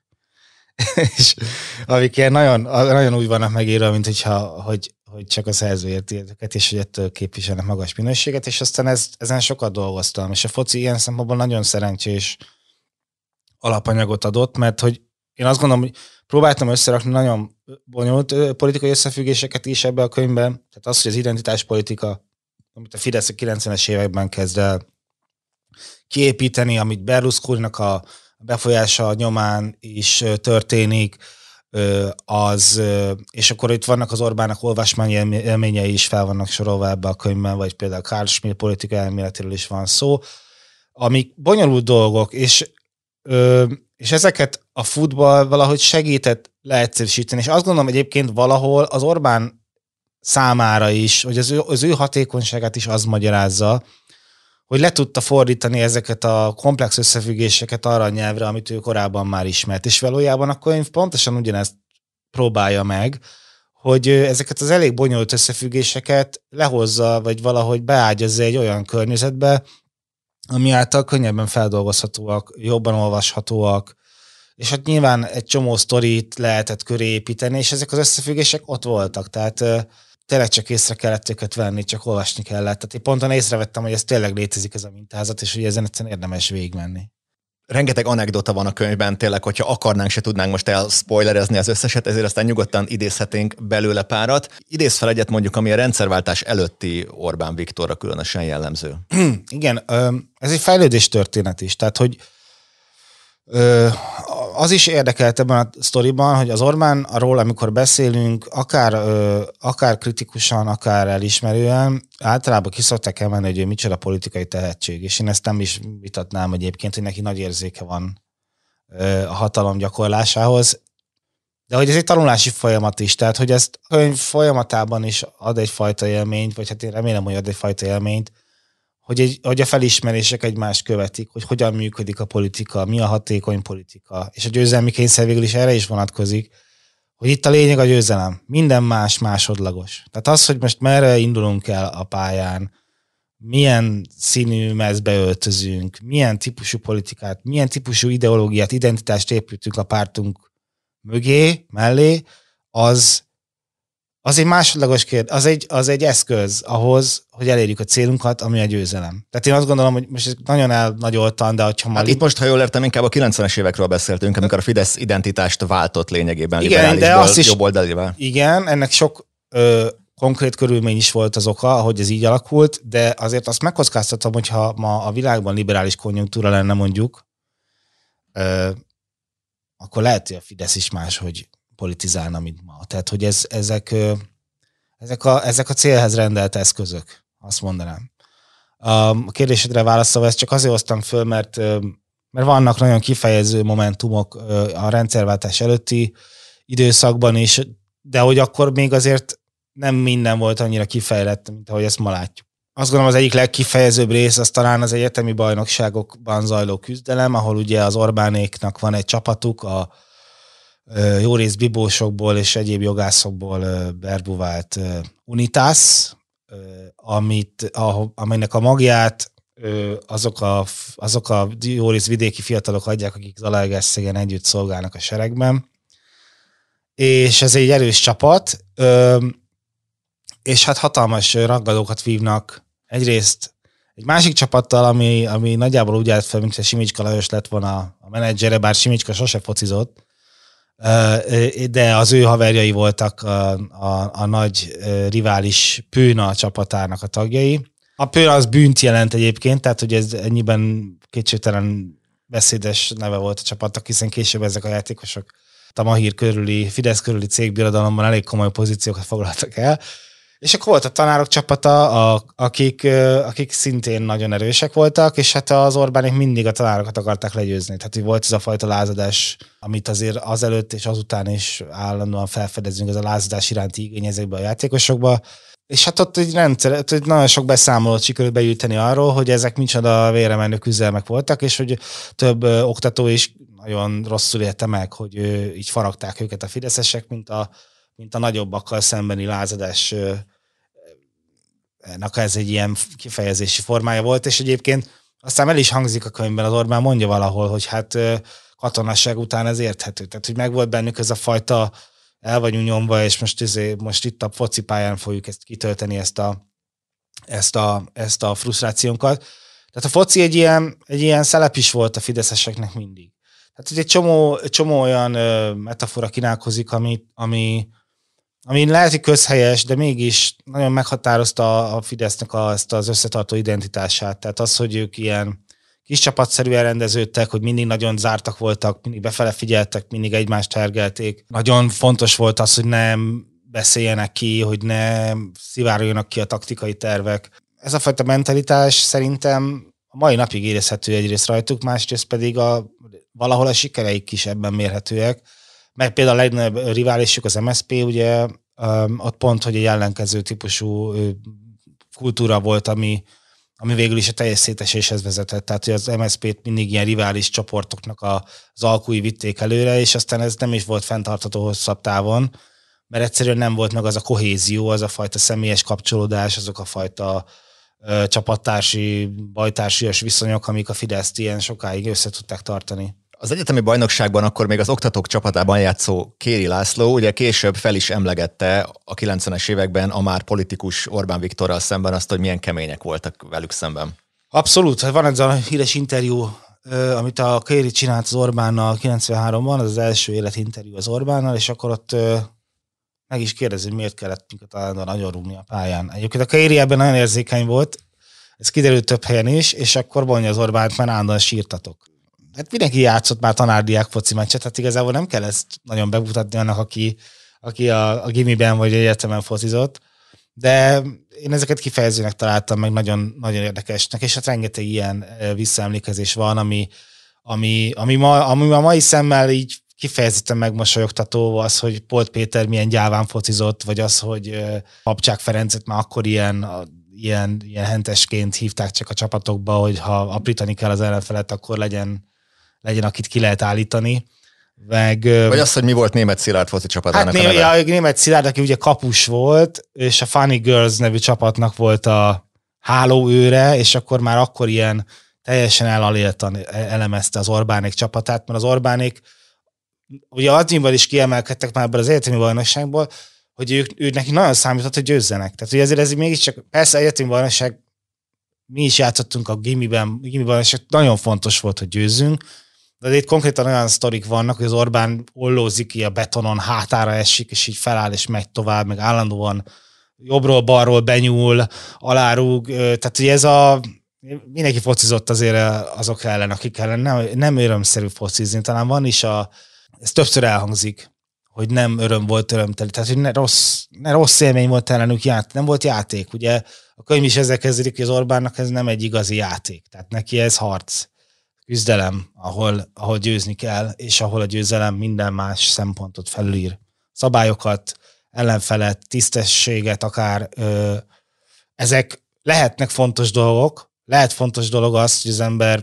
Speaker 1: és amik ilyen nagyon, nagyon úgy vannak megírva, mint hogyha, hogy, hogy csak a szerző érti ezeket, és hogy ettől képviselnek magas minőséget, és aztán ez, ezen sokat dolgoztam, és a foci ilyen szempontból nagyon szerencsés alapanyagot adott, mert hogy én azt gondolom, hogy próbáltam összerakni nagyon bonyolult politikai összefüggéseket is ebbe a könyvben, tehát az, hogy az identitáspolitika, amit a Fidesz a kilencvenes években kezd el kiépíteni, amit Berlusconinak a befolyása nyomán is történik, az, és akkor itt vannak az Orbánnak olvasmányi élményei is fel vannak sorolva ebbe a könyvben, vagy például Carl Schmitt politika elméletéről is van szó, amik bonyolult dolgok, és, és ezeket a futball valahogy segített leegyszerűsíteni, és azt gondolom egyébként valahol az Orbán számára is, hogy az ő, az ő hatékonyságát is az magyarázza, hogy le tudta fordítani ezeket a komplex összefüggéseket arra a nyelvre, amit ő korábban már ismert. És valójában a könyv pontosan ugyanezt próbálja meg, hogy ezeket az elég bonyolult összefüggéseket lehozza, vagy valahogy beágyazza egy olyan környezetbe, ami által könnyebben feldolgozhatóak, jobban olvashatóak, és hát nyilván egy csomó sztorit lehetett köré építeni, és ezek az összefüggések ott voltak, tehát tényleg csak észre kellett őket venni, csak olvasni kellett. Tehát én ponton észrevettem, hogy ez tényleg létezik ez a mintázat, és hogy ezen egyszerűen érdemes végigmenni.
Speaker 5: Rengeteg anekdota van a könyvben, tényleg, hogyha akarnánk, se tudnánk most elspoilerezni az összeset, ezért aztán nyugodtan idézhetnénk belőle párat. Idéz fel egyet mondjuk, ami a rendszerváltás előtti Orbán Viktorra különösen jellemző.
Speaker 1: Igen, ez egy fejlődés történet is, tehát hogy az is érdekelt ebben a sztoriban, hogy az Orbánról, amikor beszélünk, akár, akár kritikusan, akár elismerően, általában ki szokták emelni, hogy ő micsoda politikai tehetség, és én ezt nem is vitatnám egyébként, hogy neki nagy érzéke van a hatalom gyakorlásához, de hogy ez egy tanulási folyamat is, tehát hogy ezt a könyv folyamatában is ad egyfajta élményt, vagy hát én remélem, hogy ad egyfajta élményt, Hogy, egy, hogy a felismerések egymást követik, hogy hogyan működik a politika, mi a hatékony politika, és a győzelmi kényszer végül is erre is vonatkozik, hogy itt a lényeg a győzelem. Minden más másodlagos. Tehát az, hogy most merre indulunk el a pályán, milyen színű mezbe öltözünk, milyen típusú politikát, milyen típusú ideológiát, identitást építünk a pártunk mögé, mellé, az Az egy másodlagos kérdés, az egy, az egy eszköz ahhoz, hogy elérjük a célunkat, ami a győzelem. Tehát én azt gondolom, hogy most nagyon elnagyoltam, de hogyha már...
Speaker 5: Hát itt most, ha jól értem, inkább a kilencvenes évekről beszéltünk, amikor a Fidesz identitást váltott lényegében liberálisból jobboldalivá.
Speaker 1: Igen, ennek sok ö, konkrét körülmény is volt az oka, hogy ez így alakult, de azért azt megkockáztatom, hogyha ma a világban liberális konjunktúra lenne mondjuk, ö, akkor lehet, hogy a Fidesz is máshogy politizálna, mint ma. Tehát, hogy ez, ezek, ezek, a, ezek a célhez rendelt eszközök, azt mondanám. A kérdésedre válaszolva, ezt csak azért hoztam föl, mert, mert vannak nagyon kifejező momentumok a rendszerváltás előtti időszakban is, de hogy akkor még azért nem minden volt annyira kifejlett, mint ahogy ezt ma látjuk. Azt gondolom, az egyik legkifejezőbb rész az talán az egyetemi bajnokságokban zajló küzdelem, ahol ugye az Orbánéknak van egy csapatuk, a jó rész bibósokból és egyéb jogászokból berbuvált Unitas, amit, aminek a magját azok a, azok a jó rész vidéki fiatalok adják, akik Zalaegerszegen együtt szolgálnak a seregben. És ez egy erős csapat, és hát hatalmas ragadókat vívnak egyrészt egy másik csapattal, ami, ami nagyjából úgy állt fel, mint hogy Simicska Lajos lett volna a menedzsere, bár Simicska sose focizott, de az ő haverjai voltak a, a, a nagy rivális Pőna csapatának a tagjai. A Pőna az bűnt jelent egyébként, tehát hogy ez ennyiben kétségtelen beszédes neve volt a csapatnak, hiszen később ezek a játékosok a Mahír körüli, Fidesz körüli cégbirodalomban elég komoly pozíciókat foglaltak el. És akkor volt a tanárok csapata, a, akik, akik szintén nagyon erősek voltak, és hát az Orbánék mindig a tanárokat akarták legyőzni. Tehát volt ez a fajta lázadás, amit azért azelőtt és azután is állandóan felfedezünk, ez a lázadás iránti igény ezekbe a játékosokba. És hát ott egy rendszer, ott nagyon sok beszámolót sikerült begyűjteni arról, hogy ezek micsoda vére menő küzdelmek voltak, és hogy több ö, oktató is nagyon rosszul élte meg, hogy ö, így faragták őket a fideszesek, mint a mint a nagyobbakkal szembeni lázadás, ennek ez egy ilyen kifejezési formája volt, és egyébként aztán el is hangzik a könyvben, az Orbán mondja valahol, hogy hát katonasság után ez érthető. Tehát, hogy megvolt bennük ez a fajta el vagyunk nyomva, és most, ezért, most itt a focipályán fogjuk ezt kitölteni, ezt a, ezt a, ezt a frusztrációnkat. Tehát a foci egy ilyen, egy ilyen szelep is volt a fideszeseknek mindig. Tehát egy csomó, csomó olyan metafora kínálkozik, ami, ami ami lehet, hogy közhelyes, de mégis nagyon meghatározta a Fidesznek azt az összetartó identitását. Tehát az, hogy ők ilyen kis csapatszerűen rendeződtek, hogy mindig nagyon zártak voltak, mindig befele figyeltek, mindig egymást hergelték. Nagyon fontos volt az, hogy nem beszéljenek ki, hogy ne szivároljanak ki a taktikai tervek. Ez a fajta mentalitás szerintem a mai napig érezhető egyrészt rajtuk, másrészt pedig a, valahol a sikereik is ebben mérhetőek. Meg például a legnagyobb riválisuk az em es zé pé, ugye ott pont, hogy egy ellenkező típusú kultúra volt, ami, ami végül is a teljes széteséshez vezetett. Tehát, hogy az em es zé pét mindig ilyen rivális csoportoknak az alkúi vitték előre, és aztán ez nem is volt fenntartható hosszabb távon, mert egyszerűen nem volt meg az a kohézió, az a fajta személyes kapcsolódás, azok a fajta ö, csapattársi, bajtársias viszonyok, amik a Fideszt ilyen sokáig össze tudták tartani.
Speaker 5: Az egyetemi bajnokságban akkor még az oktatók csapatában játszó Kéri László ugye később fel is emlegette a kilencvenes években a már politikus Orbán Viktorral szemben azt, hogy milyen kemények voltak velük szemben.
Speaker 1: Abszolút. Van ez a híres interjú, amit a Kéri csinált az Orbánnal kilencvenháromban, az az első életinterjú az Orbánnal, és akkor ott meg is kérdezi, hogy miért kellett minket állandóan nagyon rúgni a pályán. Egyébként a Kéri ebben nagyon érzékeny volt, ez kiderült több helyen is, és akkor mondja az Orbánt, mert állandóan sírtatok. Hát mindenki játszott már tanárdiák foci meccset, hát igazából nem kell ezt nagyon bemutatni annak, aki, aki a, a gimiben vagy egyetemen focizott, de én ezeket kifejezőnek találtam, meg nagyon, nagyon érdekesnek, és hát rengeteg ilyen visszaemlékezés van, ami, ami, ami, ma, ami a mai szemmel így kifejezetten megmosolyogtató, az, hogy Polt Péter milyen gyáván focizott, vagy az, hogy Papcsák Ferencet már akkor ilyen, ilyen, ilyen hentesként hívták csak a csapatokba, hogy ha aprítani kell az ellenfelet, akkor legyen legyen, akit ki lehet állítani. Meg,
Speaker 5: vagy az, hogy mi volt Németh Szilárd foci csapatának
Speaker 1: hát
Speaker 5: a neve.
Speaker 1: Ja, Németh Szilárd, aki ugye kapus volt, és a Funny Girls nevű csapatnak volt a hálóőre, és akkor már akkor ilyen teljesen elaléltan elemezte az Orbánék csapatát, mert az Orbánék ugye Adjinval is kiemelkedtek már ebből az egyetemi bajnokságból, hogy ők, ők neki nagyon számított, hogy győzzenek. Tehát ugye ezért ez mégiscsak, persze egyetemi bajnokság, mi is játszottunk a gimiben, gimiben, és nagyon fontos volt, hogy győzzünk, de itt konkrétan olyan sztorik vannak, hogy az Orbán ollózik ki a betonon, hátára esik, és így feláll, és megy tovább, meg állandóan jobbról-balról benyúl, alárúg, tehát ugye ez a mindenki focizott azért azok ellen, akik ellen nem, nem örömszerű focizni, talán van is a, ez többször elhangzik, hogy nem öröm volt örömteli, tehát hogy ne rossz, ne rossz élmény volt ellenük, ját, nem volt játék, ugye a könyv is ezzel kezdődik, hogy az Orbánnak ez nem egy igazi játék, tehát neki ez harc, küzdelem, ahol, ahol győzni kell, és ahol a győzelem minden más szempontot felülír. Szabályokat, ellenfelet, tisztességet akár, ö, ezek lehetnek fontos dolgok, lehet fontos dolog az, hogy az ember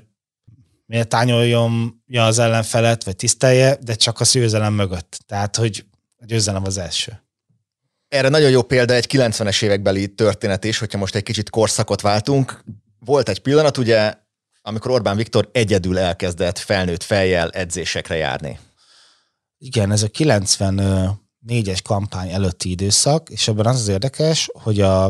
Speaker 1: méltányoljon az ellenfelet, vagy tisztelje, de csak a győzelem mögött. Tehát, hogy a győzelem az első.
Speaker 5: Erre nagyon jó példa egy kilencvenes évekbeli történet is, hogyha most egy kicsit korszakot váltunk. Volt egy pillanat, ugye, amikor Orbán Viktor egyedül elkezdett felnőtt fejjel edzésekre járni.
Speaker 1: Igen, ez a kilencvennégyes kampány előtti időszak, és ebben az az érdekes, hogy a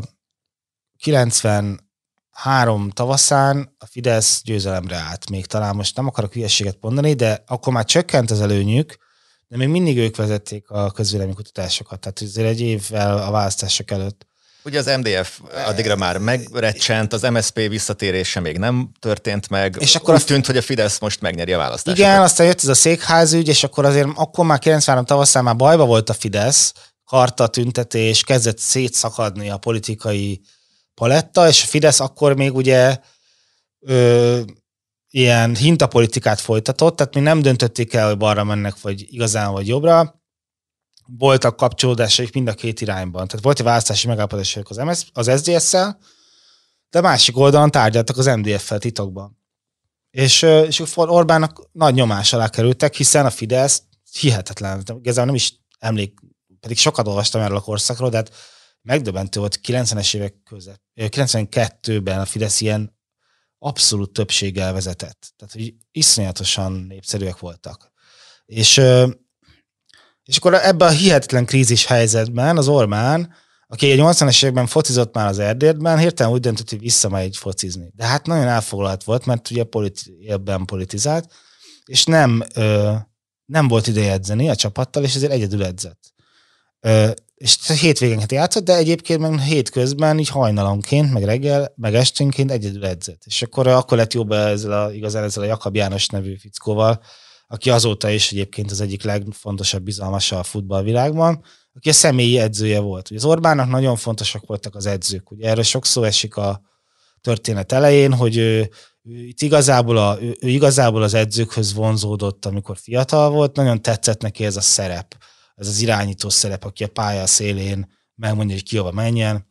Speaker 1: kilencvenhárom tavaszán a Fidesz győzelemre állt. Még talán most nem akarok hülyeséget mondani, de akkor már csökkent az előnyük, de még mindig ők vezették a közvéleménykutatásokat. Tehát azért egy évvel a választások előtt.
Speaker 5: Ugye az em dé ef addigra már megrecsent, az em es zé pé visszatérése még nem történt meg. És akkor úgy azt tűnt, hogy a Fidesz most megnyeri a választásokat.
Speaker 1: Igen, aztán jött ez a székházügy, és akkor azért akkor már kilencvenhárom tavaszán már bajba volt a Fidesz, karta, tüntetés, kezdett szétszakadni a politikai paletta, és a Fidesz akkor még ugye ö, ilyen hintapolitikát folytatott, tehát még nem döntötték el, hogy balra mennek, vagy igazán, vagy jobbra. Voltak kapcsolódásaik mind a két irányban. Tehát volt egy választási megállapodások az, em es, az es zé dé es-szel, de másik oldalon tárgyaltak az em dé ef-fel titokban. És, és Orbánnak nagy nyomás alá kerültek, hiszen a Fidesz hihetetlen, igazából nem is emlék, pedig sokat olvastam erről a korszakról, de hát megdöbbentő volt kilencvenes évek között. kilencvenkettőben a Fidesz ilyen abszolút többséggel vezetett. Tehát, hogy iszonyatosan népszerűek voltak. És, és akkor ebben a hihetetlen krízis helyzetben az Orbán, aki a nyolcvanas években focizott már az Erdélyben, hirtelen úgy döntött, hogy visszamegy focizni. De hát nagyon elfoglalt volt, mert ugye politi- ebben politizált, és nem, nem volt ideje edzeni a csapattal, és ezért egyedül edzett. És hétvégenket játszott, de egyébként meg hétközben, így hajnalonként, meg reggel, meg esténként egyedül edzett. És akkor, akkor lett jobb ezzel a, igazán ezzel a Jakab János nevű fickóval, aki azóta is egyébként az egyik legfontosabb bizalmasa a futballvilágban, aki a személyi edzője volt. Ugye az Orbánnak nagyon fontosak voltak az edzők. Ugye erről sok szó esik a történet elején, hogy ő, ő, itt igazából, a, ő, ő igazából az edzőkhöz vonzódott, amikor fiatal volt, nagyon tetszett neki ez a szerep. Ez az irányító szerep, aki a pálya szélén megmondja, hogy ki hova menjen,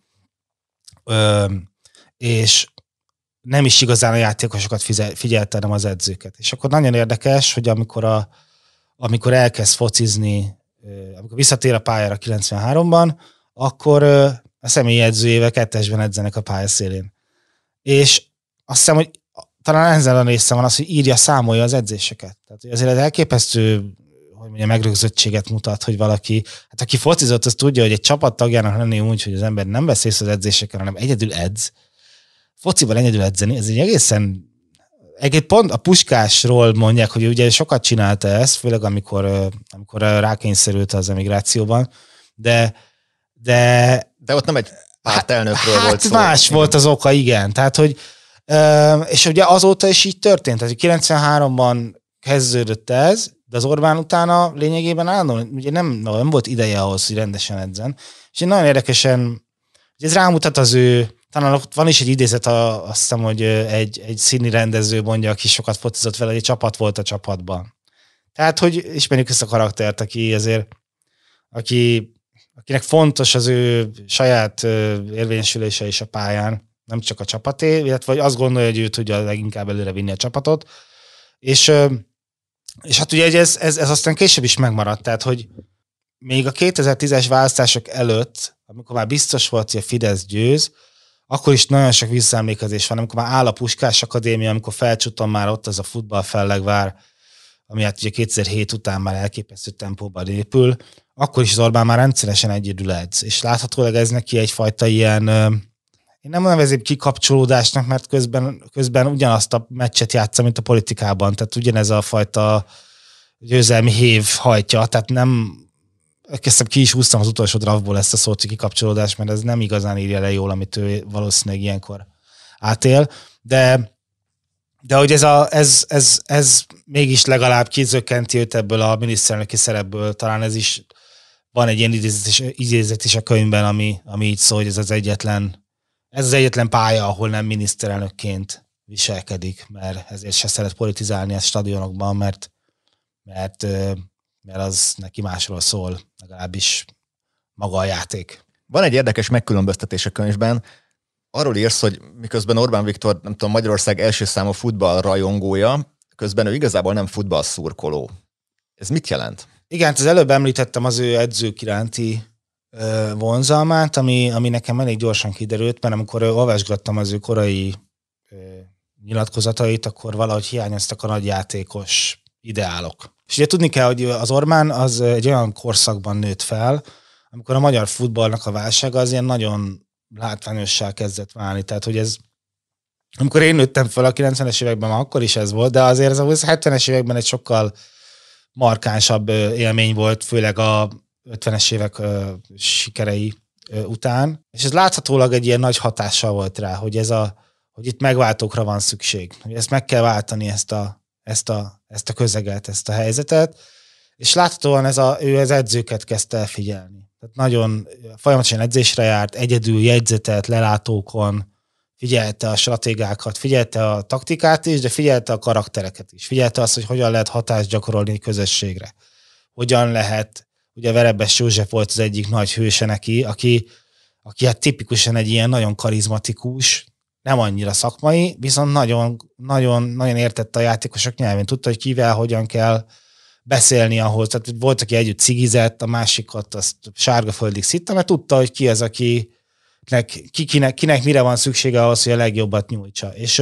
Speaker 1: Ö, és nem is igazán a játékosokat figyelte, hanem az edzőket. És akkor nagyon érdekes, hogy amikor, a, amikor elkezd focizni amikor visszatér a pályára kilencvenháromban, akkor a személyi edzőjével kettesben edzenek a pályaszélén. És azt hiszem, hogy talán ezzel a része van az, hogy írja, számolja az edzéseket. Tehát hogy azért ez elképesztő, hogy mondjam, megrögzöttséget mutat, hogy valaki, hát aki focizott, az tudja, hogy egy csapattagjának lenni úgy, hogy az ember nem vesz részt az edzéseken, hanem egyedül edz. Fociban egyedül edzeni, ez egy egészen, egy pont a Puskásról mondják, hogy ugye sokat csinálta ezt, főleg amikor, amikor rákényszerült az emigrációban, de de,
Speaker 5: de ott nem egy pártelnökről
Speaker 1: hát
Speaker 5: volt szó.
Speaker 1: más igen. volt az oka, igen. Tehát, hogy és ugye azóta is így történt. Tehát kilencvenháromban kezdődött ez, de az Orbán utána lényegében állandóan, ugye nem, nem volt ideje ahhoz, hogy rendesen edzen. És én nagyon érdekesen, ez rámutat az ő, talán van is egy idézet, a, azt hiszem, hogy egy, egy színi rendező mondja, aki sokat focizott vele, hogy egy csapat volt a csapatban. Tehát, hogy ismerjük ezt a karaktert, aki azért, aki, akinek fontos az ő saját érvényesülése is a pályán, nem csak a csapaté, illetve hogy azt gondolja, hogy ő tudja leginkább előre vinni a csapatot. És, és hát ugye ez, ez, ez aztán később is megmaradt, tehát hogy még a kétezer-tízes választások előtt, amikor már biztos volt, hogy a Fidesz győz, akkor is nagyon sok visszaemlékezés van, amikor már áll a Puskás Akadémia, amikor felcsutom már ott az a futballfellegvár, ami hát ugye kétezer-hét után már elképesztő tempóban épül, akkor is az Orbán már rendszeresen egyedül edz. És láthatólag ez neki egyfajta ilyen, én nem nevezém kikapcsolódásnak, mert közben, közben ugyanazt a meccset játsza, mint a politikában, tehát ugyanez a fajta győzelmi hév hajtja, tehát nem, kezdtem ki is húztam az utolsó draftból ezt a szót, hogy kikapcsolódás, mert ez nem igazán írja le jól, amit ő valószínűleg ilyenkor átél, de de hogy ez, a, ez, ez, ez mégis legalább kizökkenti őt ebből a miniszterelnöki szerepből, talán ez is, van egy ilyen idézet is, idézet is a könyvben, ami, ami így szól, hogy ez az egyetlen, ez az egyetlen pálya, ahol nem miniszterelnökként viselkedik, mert ezért se szeret politizálni a stadionokban, mert, mert, mert az neki másról szól, legalábbis maga a játék.
Speaker 5: Van egy érdekes megkülönböztetés a könyvben. Arról írsz, hogy miközben Orbán Viktor, nem tudom, Magyarország első számú futball rajongója, közben ő igazából nem futballszurkoló. Ez mit jelent?
Speaker 1: Igen, az előbb említettem az ő edzők iránti ö, vonzalmát, ami, ami nekem elég gyorsan kiderült, mert amikor olvasgattam az ő korai ö, nyilatkozatait, akkor valahogy hiányoztak a nagy játékos ideálok. És ugye tudni kell, hogy az Orbán az egy olyan korszakban nőtt fel, amikor a magyar futballnak a válsága az ilyen nagyon látványossá kezdett válni. Tehát, hogy ez, amikor én nőttem fel a kilencvenes években, már akkor is ez volt, de azért ez a hetvenes években egy sokkal markánsabb élmény volt, főleg a ötvenes évek sikerei után. És ez láthatólag egy ilyen nagy hatással volt rá, hogy ez a, hogy itt megváltókra van szükség. Hogy ezt meg kell váltani, ezt a, ezt a, ezt a közeget, ezt a helyzetet. És láthatóan ez a, ő az edzőket kezdte el figyelni. Tehát nagyon folyamatosan edzésre járt, egyedül jegyzetelt, lelátókon, figyelte a stratégákat, figyelte a taktikát is, de figyelte a karaktereket is. Figyelte azt, hogy hogyan lehet hatást gyakorolni a közösségre. Hogyan lehet, ugye Verebes József volt az egyik nagy hőse neki, aki, aki hát tipikusan egy ilyen nagyon karizmatikus, nem annyira szakmai, viszont nagyon, nagyon, nagyon értette a játékosok nyelvén. Tudta, hogy kivel, hogyan kell beszélni ahhoz. Tehát volt, aki együtt cigizett, a másikat azt sárgaföldig szitta, mert tudta, hogy ki az, aki ki, kinek, kinek mire van szüksége ahhoz, hogy a legjobbat nyújtsa. És,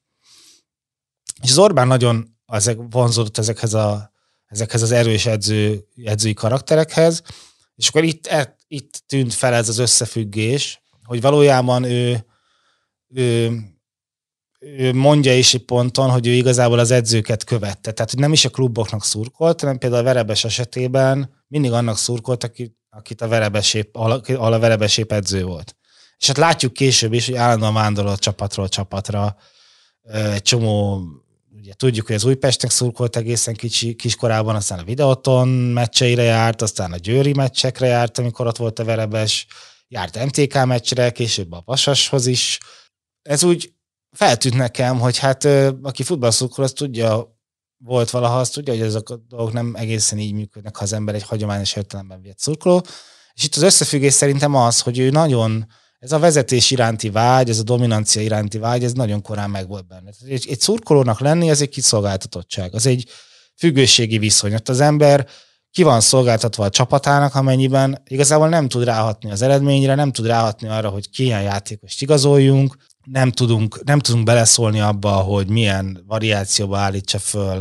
Speaker 1: és az Orbán nagyon ezek, vonzódott ezekhez, a, ezekhez az erős edző, edzői karakterekhez, és akkor itt, itt tűnt fel ez az összefüggés, hogy valójában ő, ő ő mondja is egy ponton, hogy ő igazából az edzőket követte. Tehát, hogy nem is a kluboknak szurkolt, hanem például a Verebes esetében mindig annak szurkolt, akit, akit a Verebesép, ahol a Verebesép edző volt. És hát látjuk később is, hogy állandóan vándorolt csapatról csapatra. Egy csomó, ugye tudjuk, hogy az Újpestnek szurkolt egészen kicsi, kiskorában, aztán a Videoton meccseire járt, aztán a győri meccsekre járt, amikor ott volt a Verebes, járt em té ká meccsre, később a Vasashoz is. Ez úgy feltűnt nekem, hogy hát aki futballszurkoló, az tudja, volt valaha, azt tudja, hogy ezek a dolgok nem egészen így működnek, ha az ember egy hagyományos értelemben vett szurkoló. És itt az összefüggés szerintem az, hogy ő nagyon, ez a vezetés iránti vágy, ez a dominancia iránti vágy, ez nagyon korán megvolt benne. Egy, egy szurkolónak lenni, az egy kiszolgáltatottság, az egy függőségi viszony. Ott az ember ki van szolgáltatva a csapatának, amennyiben igazából nem tud ráhatni az eredményre, nem tud ráhatni arra, hogy ki ilyen játékost igazoljunk, nem tudunk, nem tudunk beleszólni abba, hogy milyen variációba állítsa föl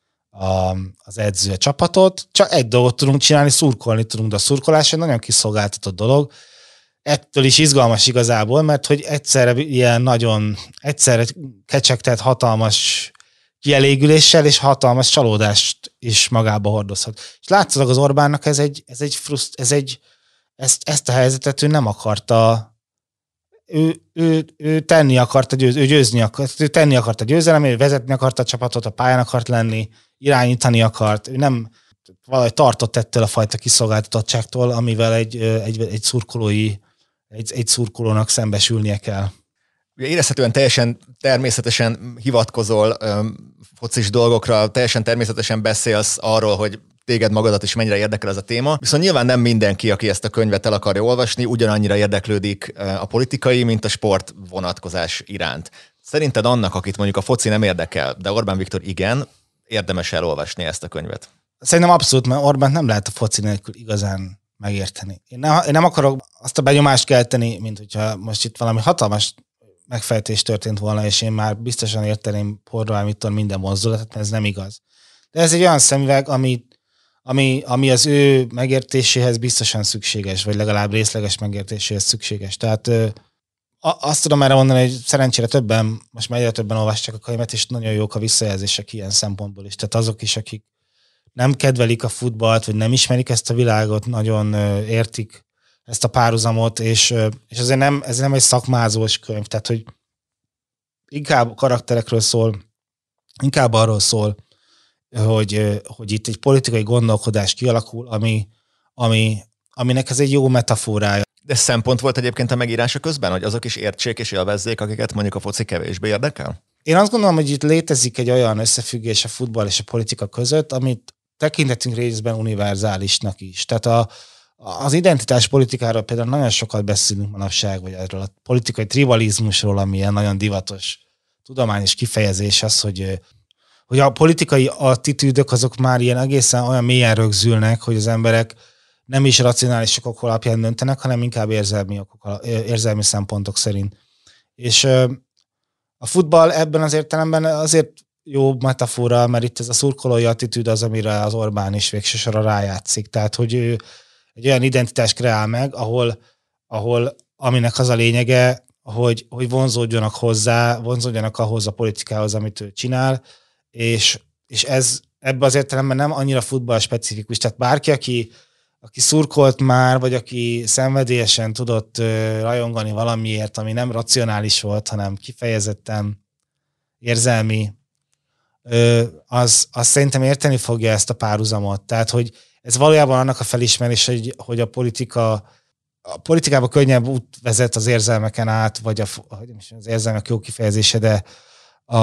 Speaker 1: a, az edző a csapatot. Csak egy dolgot tudunk csinálni, szurkolni tudunk, de a szurkolás egy nagyon kiszolgáltatott dolog. Ettől is izgalmas igazából, mert hogy egyszerre ilyen nagyon, egyszerre kecsegtet hatalmas kielégüléssel és hatalmas csalódást is magába hordozhat. És látszólag az Orbánnak ez egy, ez egy, fruszt, ez egy ezt, ezt a helyzetet ő nem akarta, ő, ő, ő tenni akarta, győz, ő győzni akart, ő tenni akarta győzelem, ő vezetni akarta a csapatot, a pályán akart lenni, irányítani akart, ő nem valahogy tartott ettől a fajta kiszolgáltatottságtól, amivel egy, egy, egy szurkolói, egy, egy szurkolónak szembesülnie kell.
Speaker 5: Ugye érezhetően teljesen természetesen hivatkozol öm, focis dolgokra, teljesen természetesen beszélsz arról, hogy téged magadat is mennyire érdekel ez a téma. Viszont nyilván nem mindenki, aki ezt a könyvet el akarja olvasni, ugyanannyira érdeklődik a politikai, mint a sport vonatkozás iránt. Szerinted annak, akit mondjuk a foci nem érdekel, de Orbán Viktor igen, érdemes elolvasni ezt a könyvet?
Speaker 1: Szerintem abszolút, mert Orbánt nem lehet a foci nélkül igazán megérteni. Én, ne, én nem akarok azt a benyomást kelteni, mint hogyha most itt valami hatalmas megfejtés történt volna, és én már biztosan érteném Orbán Viktor minden mozdulatot, mert ez nem igaz. De ez egy olyan szemüveg, ami, ami, ami az ő megértéséhez biztosan szükséges, vagy legalább részleges megértéséhez szükséges. Tehát ö, azt tudom erre mondani, hogy szerencsére többen, most már egyre többen olvassák a könyvet, és nagyon jók a visszajelzések ilyen szempontból is. Tehát azok is, akik nem kedvelik a futballt, vagy nem ismerik ezt a világot, nagyon ö, értik ezt a párhuzamot, és, és azért nem, ez nem egy szakmázós könyv, tehát hogy inkább karakterekről szól, inkább arról szól, hogy, hogy itt egy politikai gondolkodás kialakul, ami, ami, aminek ez egy jó metaforája.
Speaker 5: De szempont volt egyébként a megírása közben, hogy azok is értsék és élvezzék, akiket mondjuk a foci kevésbé érdekel?
Speaker 1: Én azt gondolom, hogy itt létezik egy olyan összefüggés a futball és a politika között, amit tekinthetünk részben univerzálisnak is. Tehát a Az identitás politikáról például nagyon sokat beszélünk manapság, vagy erről a politikai tribalizmusról, ami ilyen nagyon divatos tudományos kifejezés az, hogy, hogy a politikai attitűdök azok már ilyen egészen olyan mélyen rögzülnek, hogy az emberek nem is racionális okok alapján döntenek, hanem inkább érzelmi, okok, érzelmi szempontok szerint. És a futball ebben az értelemben azért jó metafora, mert itt ez a szurkolói attitűd az, amire az Orbán is végső sorra rájátszik. Tehát, hogy ő egy olyan identitást kreál meg, ahol, ahol aminek az a lényege, hogy, hogy vonzódjanak hozzá, vonzódjanak ahhoz a politikához, amit ő csinál, és, és ez ebben az értelemben nem annyira futball specifikus. Tehát bárki, aki, aki szurkolt már, vagy aki szenvedélyesen tudott rajongani valamiért, ami nem racionális volt, hanem kifejezetten érzelmi, az, az szerintem érteni fogja ezt a párhuzamot. Tehát, hogy ez valójában annak a felismerés, hogy, hogy a politika, a politikába könnyebb út vezet az érzelmeken át, vagy a, az érzelmek jó kifejezése, de a,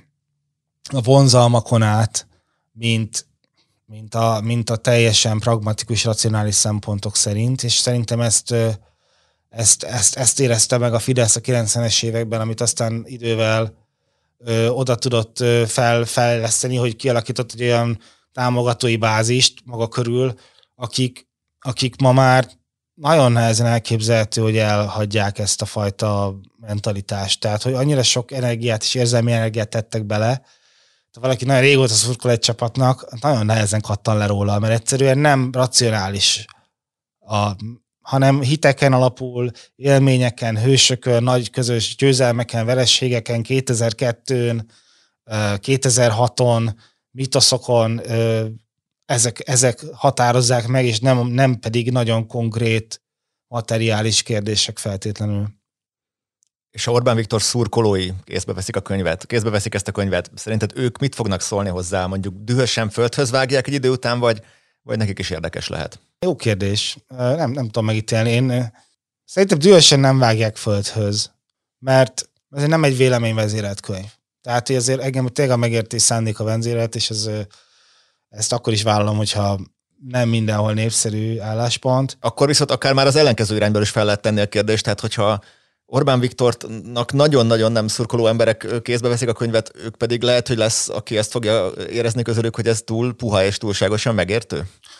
Speaker 1: a vonzalmakon át, mint, mint, a, mint a teljesen pragmatikus, racionális szempontok szerint, és szerintem ezt, ezt, ezt, ezt érezte meg a Fidesz a kilencvenes években, amit aztán idővel ö, oda tudott fel, fejleszteni, hogy kialakított egy olyan támogatói bázist maga körül, akik, akik ma már nagyon nehezen elképzelhető, hogy elhagyják ezt a fajta mentalitást. Tehát, hogy annyira sok energiát és érzelmi energiát tettek bele, tehát valaki nagyon régóta szurkol egy csapatnak, nagyon nehezen kattan le róla, mert egyszerűen nem racionális, a, hanem hiteken alapul, élményeken, hősökön, nagy közös győzelmeken, vereségeken, kétezer-kettőn, kétezer-haton, mitoszokon, ezek, ezek határozzák meg, és nem, nem pedig nagyon konkrét materiális kérdések feltétlenül.
Speaker 5: És ha Orbán Viktor szurkolói kézbe veszik a könyvet, kézbe veszik ezt a könyvet, szerinted ők mit fognak szólni hozzá? Mondjuk dühösen földhöz vágják egy idő után, vagy, vagy nekik is érdekes lehet? Jó
Speaker 1: kérdés. Nem, nem tudom megítélni. Én szerintem dühösen nem vágják földhöz, mert ez nem egy véleményvezérelt könyv. Tehát, hogy azért engem tényleg a megértés szándéka vezérelt, és ez, ezt akkor is vállalom, hogyha nem mindenhol népszerű álláspont.
Speaker 5: Akkor viszont akár már az ellenkező irányból is fel lehet tenni a kérdést, tehát hogyha Orbán Viktornak nagyon-nagyon nem szurkoló emberek kézbe veszik a könyvet, ők pedig lehet, hogy lesz, aki ezt fogja érezni közülük, hogy ez túl puha és túlságosan megértő?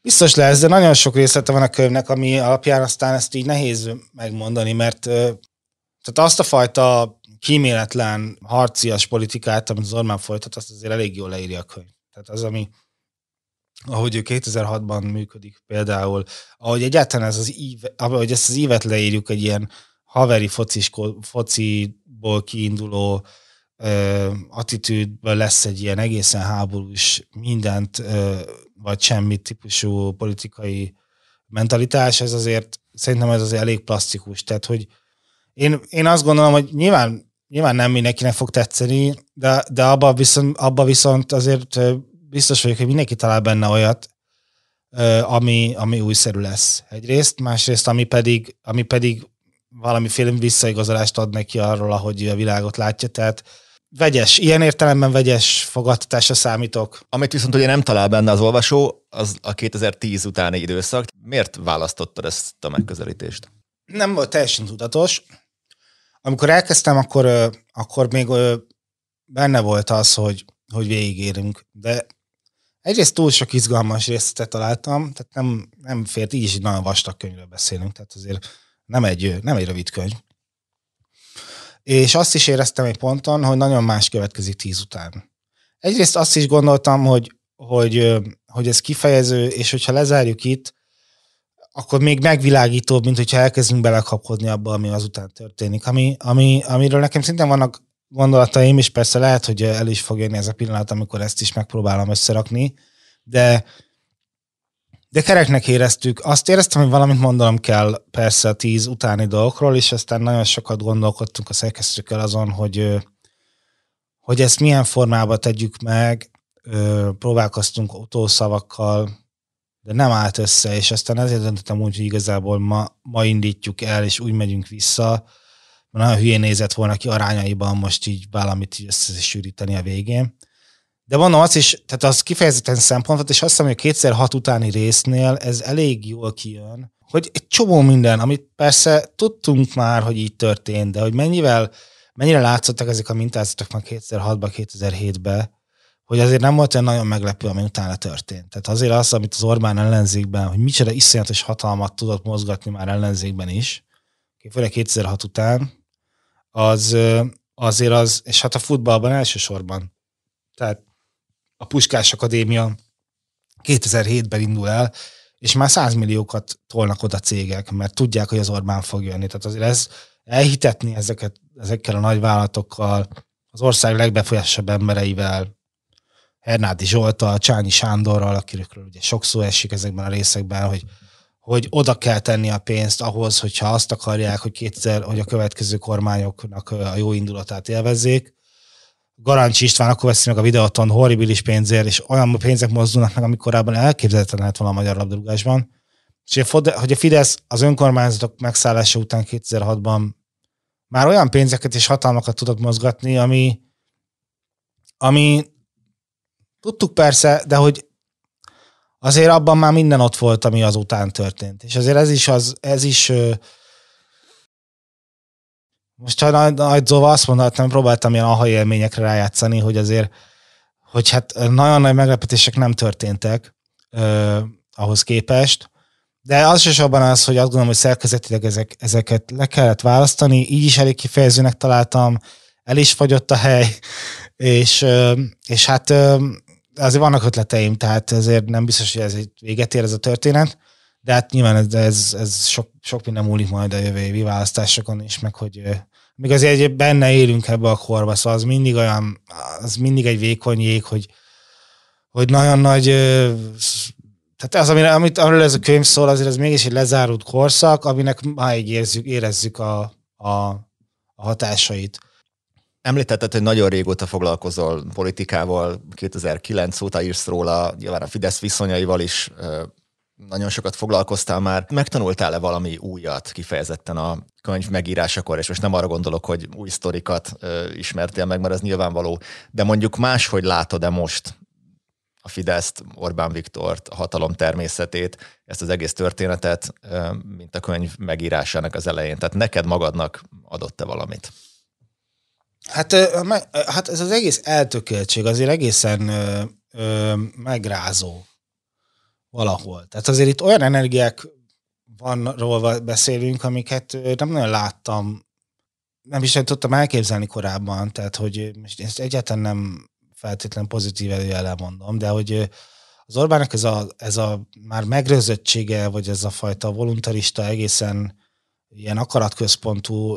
Speaker 1: Biztos lesz, de nagyon sok részlete van a könyvnek, ami alapján aztán ezt így nehéz megmondani, mert tehát azt a fajta kíméletlen, harcias politikát, amit az Orbán folytat, azt azért elég jól leírja a könyv. Tehát az, ami, ahogy ő kétezer-hatban működik például, ahogy egyáltalán ez az ív, ahogy ezt az ívet leírjuk egy ilyen haveri fociskó, fociból kiinduló ö, attitűdből lesz egy ilyen egészen háborús, mindent ö, vagy semmit típusú politikai mentalitás, ez azért, szerintem ez azért elég plastikus. Tehát, hogy én, én azt gondolom, hogy nyilván, nyilván nem mindenkinek fog tetszeni, de, de abba, viszont, abba viszont azért biztos vagyok, hogy mindenki talál benne olyat, ami, ami újszerű lesz egyrészt, másrészt, ami pedig, ami pedig valamiféle visszaigazolást ad neki arról, ahogy a világot látja, tehát vegyes, ilyen értelemben vegyes fogadtatásra számítok.
Speaker 5: Amit viszont ugye nem talál benne az olvasó, az a kétezer-tíz utáni időszak. Miért választottad ezt a megközelítést?
Speaker 1: Nem volt teljesen tudatos. Amikor elkezdtem, akkor, akkor még benne volt az, hogy, hogy végigérünk, de egyrészt túl sok izgalmas részletet találtam, tehát nem, nem fért, így is egy nagyon vastag könyvről beszélünk, tehát azért nem egy, nem egy rövid könyv. És azt is éreztem egy ponton, hogy nagyon más következik tíz után. Egyrészt azt is gondoltam, hogy, hogy, hogy ez kifejező, és hogyha lezárjuk itt, akkor még megvilágítóbb, mint hogyha elkezdünk belekapkodni abba, ami azután történik. Ami, ami, amiről nekem szintén vannak gondolataim, és persze lehet, hogy el is fog jönni ez a pillanat, amikor ezt is megpróbálom összerakni, de, de kereknek éreztük. Azt éreztem, hogy valamit mondanom kell persze a tíz utáni dolgokról, és aztán nagyon sokat gondolkodtunk a szerkesztőkkel azon, hogy, hogy ezt milyen formában tegyük meg, próbálkoztunk utószavakkal, de nem állt össze, és aztán ezért döntöttem úgy, hogy igazából ma, ma indítjuk el, és úgy megyünk vissza, mert nagyon hülyén nézett volna ki arányaiban most így valamit összesűríteni a végén. De mondom azt is, tehát az kifejezetten szempontot, és azt hiszem, hogy a kétezer-hat utáni résznél ez elég jól kijön, hogy egy csomó minden, amit persze tudtunk már, hogy így történt, de hogy mennyivel, mennyire látszottak ezek a mintázatok már kétezer-hatban, kétezer-hétben, hogy azért nem volt olyan nagyon meglepő, ami utána történt. Tehát azért az, amit az Orbán ellenzékben, hogy micsoda iszonyatos hatalmat tudott mozgatni már ellenzékben is, főleg kétezer-hat után, az azért az, és hát a futballban elsősorban. Tehát a Puskás Akadémia kétezer-hétben indul el, és már százmilliókat tolnak oda cégek, mert tudják, hogy az Orbán fog jönni. Tehát azért ez elhitetni ezeket, ezekkel a nagyvállalatokkal, az ország legbefolyásosabb embereivel, Hernádi Zsolttal, Csányi Sándorral, akiről ugye sok szó esik ezekben a részekben, hogy, hogy oda kell tenni a pénzt ahhoz, hogyha azt akarják, hogy, kétszer, hogy a következő kormányoknak a jó indulatát élvezzék. Garancsi István akkor veszi meg a Videóton horribilis pénzért, és olyan pénzek mozdulnak meg, amikor korábban elképzelhetetlen lehet volna a magyar labdarúgásban. És hogy a Fidesz az önkormányzatok megszállása után kétezer-hatban már olyan pénzeket és hatalmakat tudott mozgatni, ami, ami tudtuk persze, de hogy azért abban már minden ott volt, ami azután történt. És azért ez is, az, ez is most ha nagy, nagy Zóva azt mondhatnám, próbáltam ilyen aha élményekre rájátszani, hogy azért, hogy hát nagyon nagy meglepetések nem történtek eh, ahhoz képest, de elsősorban az, hogy azt gondolom, hogy szerkezetileg ezek, ezeket le kellett választani, így is elég kifejezőnek találtam, el is fagyott a hely, és, és hát azért vannak ötleteim, tehát ezért nem biztos, hogy ez véget ér ez a történet, de hát nyilván ez, ez, ez sok, sok minden múlik majd a jövő évi választásokon is, meg hogy még azért benne élünk ebbe a korba, szóval az mindig olyan, az mindig egy vékony jég, hogy, hogy nagyon nagy, tehát az, amire, amit, amiről ez a könyv szól, azért ez mégis egy lezárult korszak, aminek máig érezzük, érezzük a, a, a hatásait.
Speaker 5: Említetted, hogy nagyon régóta foglalkozol politikával, kétezer-kilenc óta írsz róla, nyilván a Fidesz viszonyaival is nagyon sokat foglalkoztál már. Megtanultál-e valami újat kifejezetten a könyv megírásakor, és most nem arra gondolok, hogy új sztorikat ismertél meg, mert ez nyilvánvaló, de mondjuk máshogy látod-e most a Fideszt, Orbán Viktort, a hatalom természetét, ezt az egész történetet, mint a könyv megírásának az elején. Tehát neked magadnak adott-e valamit?
Speaker 1: Hát, hát ez az egész eltökéltség azért egészen ö, ö, megrázó. valahol. Tehát azért itt olyan energiák vanról beszélünk, amiket nem nagyon láttam, nem is tudtam elképzelni korábban, tehát hogy most ezt egyáltalán nem feltétlenül pozitív előjellel mondom, de hogy az Orbánnak ez a, ez a már megrőzöttsége, vagy ez a fajta voluntarista, egészen ilyen akaratközpontú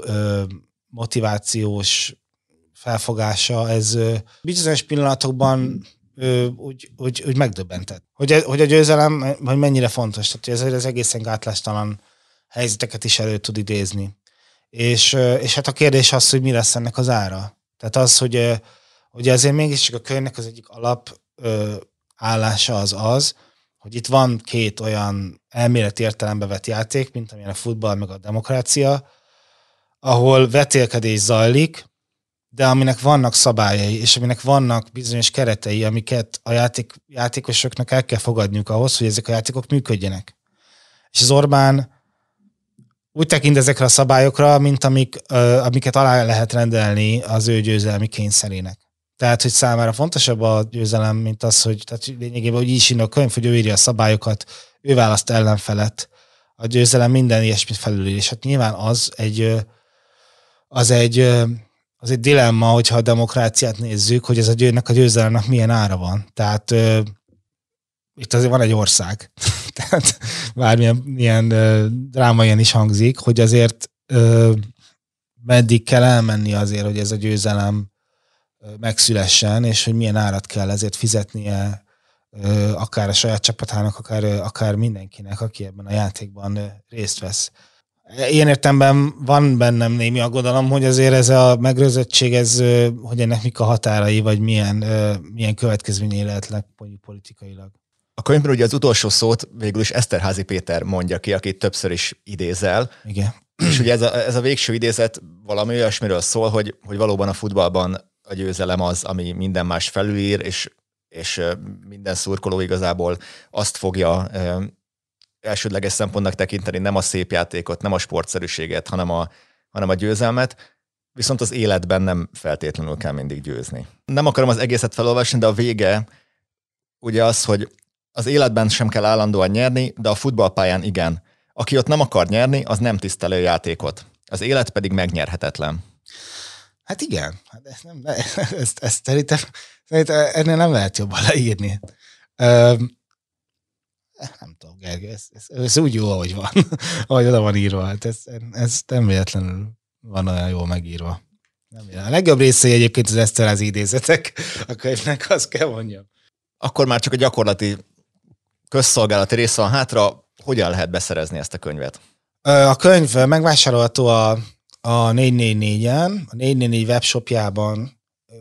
Speaker 1: motivációs felfogása, ez bizonyos pillanatokban úgy, úgy, úgy megdöbbentett. Hogy, hogy a győzelem, hogy mennyire fontos, tehát ez az egészen gátlástalan helyzeteket is elő tud idézni. És, és hát a kérdés az, hogy mi lesz ennek az ára. Tehát az, hogy, hogy azért mégiscsak a könyvnek az egyik alap állása az az, hogy itt van két olyan elméleti értelembe vett játék, mint amilyen a futball meg a demokrácia, ahol vetélkedés zajlik, de aminek vannak szabályai, és aminek vannak bizonyos keretei, amiket a játék, játékosoknak el kell fogadniuk ahhoz, hogy ezek a játékok működjenek. És az Orbán úgy tekint ezekre a szabályokra, mint amik, amiket alá lehet rendelni az ő győzelmi kényszerének. Tehát, hogy számára fontosabb a győzelem, mint az, hogy tehát lényegében úgy is a könyv, hogy ő írja a szabályokat, ő választ ellenfelet, a győzelem minden ilyesmit felülír. És hát nyilván az egy, az egy, az egy dilemma, hogyha a demokráciát nézzük, hogy ez a győnek a győzelemnek milyen ára van. Tehát uh, itt azért van egy ország. Tehát bármilyen milyen, uh, dráma ilyen is hangzik, hogy azért uh, meddig kell elmenni azért, hogy ez a győzelem megszülessen, és hogy milyen árat kell ezért fizetnie akár a saját csapatának, akár, akár mindenkinek, aki ebben a játékban részt vesz. Ilyen értelemben van bennem némi aggodalom, hogy azért ez a megrőzöttség, ez, hogy ennek mik a határai, vagy milyen, milyen következményei lehetnek mondjuk politikailag.
Speaker 5: A könyvben ugye az utolsó szót végül is Eszterházy Péter mondja ki, akit többször is idézel.
Speaker 1: Igen.
Speaker 5: És ugye ez a, ez a végső idézet valami olyasmiről szól, hogy, hogy valóban a futballban a győzelem az, ami minden más felülír, és, és minden szurkoló igazából azt fogja ö, elsődleges szempontnak tekinteni, nem a szép játékot, nem a sportszerűséget, hanem a, hanem a győzelmet, viszont az életben nem feltétlenül kell mindig győzni. Nem akarom az egészet felolvasni, de a vége ugye az, hogy az életben sem kell állandóan nyerni, de a futballpályán igen. Aki ott nem akar nyerni, az nem tiszteli a játékot. Az élet pedig megnyerhetetlen.
Speaker 1: Hát igen, ezt, nem, ezt, ezt szerintem, szerintem ennél nem lehet jobban leírni. Öm, nem tudom, Gergely, ez, ez, ez úgy jó, ahogy van, ahogy oda van írva. Hát ez, ez nem véletlenül van olyan jól megírva. Nem a legjobb részei egyébként az Eszterházy idézetek a könyvnek, azt kell mondjam.
Speaker 5: Akkor már csak a gyakorlati közszolgálati része van hátra. Hogyan lehet beszerezni ezt a könyvet?
Speaker 1: A könyv megvásárolható a a négy négy négyen, a négy négy négy webshopjában,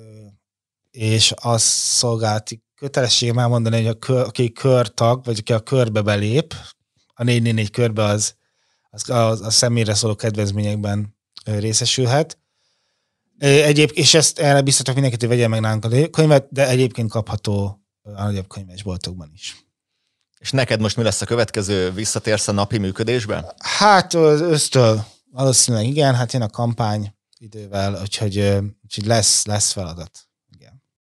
Speaker 1: és azt szolgálti kötelességem elmondani, hogy a kör, aki körtag, vagy aki a körbe belép, a négy négy négy körbe az, az a, a személyre szóló kedvezményekben részesülhet. Egyébként, és ezt erre biztatok mindenkit, hogy vegye meg nálunk a könyvet, de egyébként kapható a nagyobb könyvesboltokban is.
Speaker 5: És neked most mi lesz a következő? Visszatérsz a napi működésbe?
Speaker 1: Hát ősztől valószínűleg igen, hát jön a kampány idővel, úgyhogy, úgyhogy lesz, lesz feladat.